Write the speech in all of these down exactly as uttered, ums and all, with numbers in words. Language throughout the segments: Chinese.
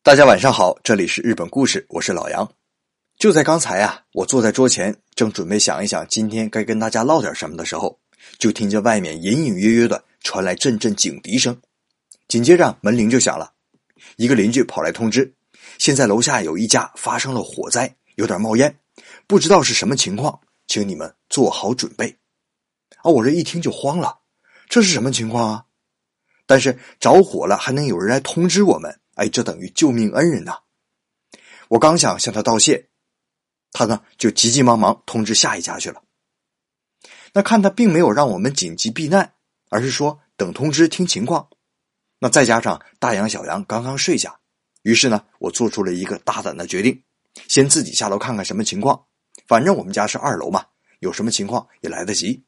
大家晚上好，这里是日本故事，我是老杨。就在刚才啊，我坐在桌前，正准备想一想今天该跟大家唠点什么的时候，就听见外面隐隐约约的传来阵阵警笛声。紧接着门铃就响了，一个邻居跑来通知，现在楼下有一家发生了火灾，有点冒烟，不知道是什么情况，请你们做好准备。啊，我这一听就慌了，这是什么情况啊？但是着火了还能有人来通知我们，哎，这等于救命恩人呐！我刚想向他道谢，他呢就急急忙忙通知下一家去了。那看他并没有让我们紧急避难，而是说等通知听情况。那再加上大洋小杨刚刚睡下，于是呢我做出了一个大胆的决定，先自己下楼看看什么情况，反正我们家是二楼嘛，有什么情况也来得及。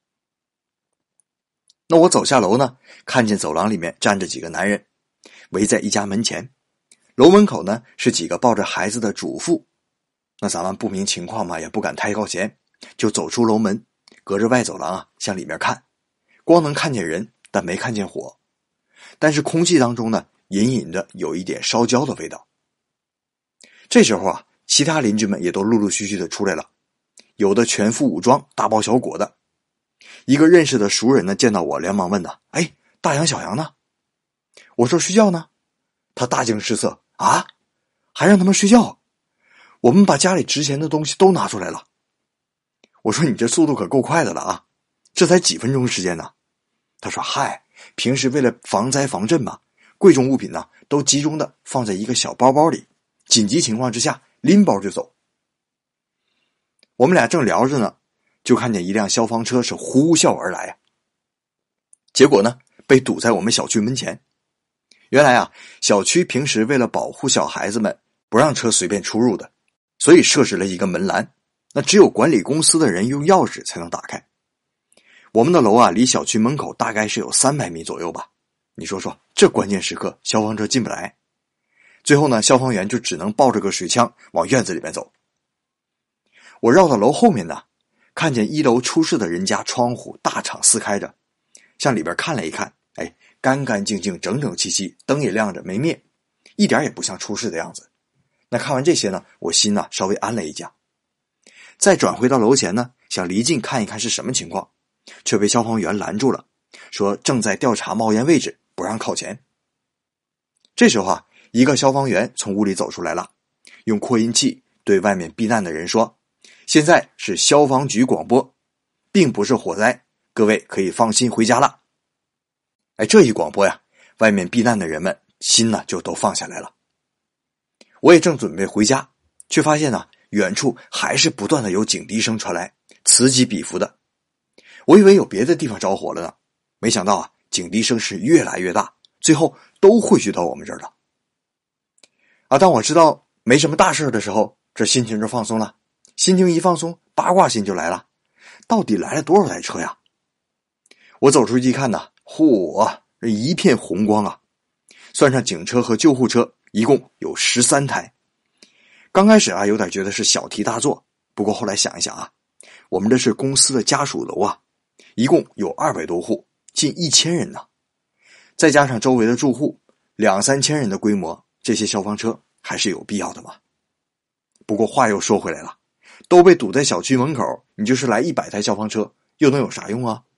那我走下楼呢，看见走廊里面站着几个男人，围在一家门前，楼门口呢是几个抱着孩子的主妇。那咱们不明情况嘛，也不敢太靠前，就走出楼门，隔着外走廊啊向里面看，光能看见人，但没看见火，但是空气当中呢隐隐的有一点烧焦的味道。这时候啊，其他邻居们也都陆陆续续的出来了，有的全副武装，大包小裹的。一个认识的熟人呢见到我连忙问呢，哎，大洋小杨呢？我说睡觉呢。他大惊失色，啊，还让他们睡觉？我们把家里值钱的东西都拿出来了。我说你这速度可够快的了啊，这才几分钟时间呢。他说嗨，平时为了防灾防震嘛，贵重物品呢都集中的放在一个小包包里，紧急情况之下拎包就走。我们俩正聊着呢，就看见一辆消防车是呼啸而来，结果呢被堵在我们小区门前。原来啊，小区平时为了保护小孩子们，不让车随便出入的，所以设置了一个门栏，那只有管理公司的人用钥匙才能打开。我们的楼啊离小区门口大概是有三百米左右吧，你说说这关键时刻消防车进不来。最后呢，消防员就只能抱着个水枪往院子里面走。我绕到楼后面呢，看见一楼出事的人家窗户大敞四开着，向里边看了一看，哎，干干净净整整齐齐，灯也亮着没灭，一点也不像出事的样子。那看完这些呢，我心呢稍微安了一下。再转回到楼前呢，想离近看一看是什么情况，却被消防员拦住了，说正在调查冒烟位置，不让靠前。这时候啊，一个消防员从屋里走出来了，用扩音器对外面避难的人说，现在是消防局广播，并不是火灾，各位可以放心回家了。哎，这一广播呀，外面避难的人们心呢就都放下来了。我也正准备回家，却发现呢，远处还是不断的有警笛声传来，此起彼伏的。我以为有别的地方着火了呢，没想到啊，警笛声是越来越大，最后都汇聚到我们这儿了。啊，当我知道没什么大事的时候，这心情就放松了。心情一放松，八卦心就来了，到底来了多少台车呀？我走出去一看呢，嚯，这一片红光啊！算上警车和救护车，一共有十三台。刚开始啊，有点觉得是小题大做，不过后来想一想啊，我们这是公司的家属楼啊，一共有二百多户，近一千人呢，再加上周围的住户，两三千人的规模，这些消防车还是有必要的嘛。不过话又说回来了，都被堵在小区门口，你就是来一百台消防车，又能有啥用啊？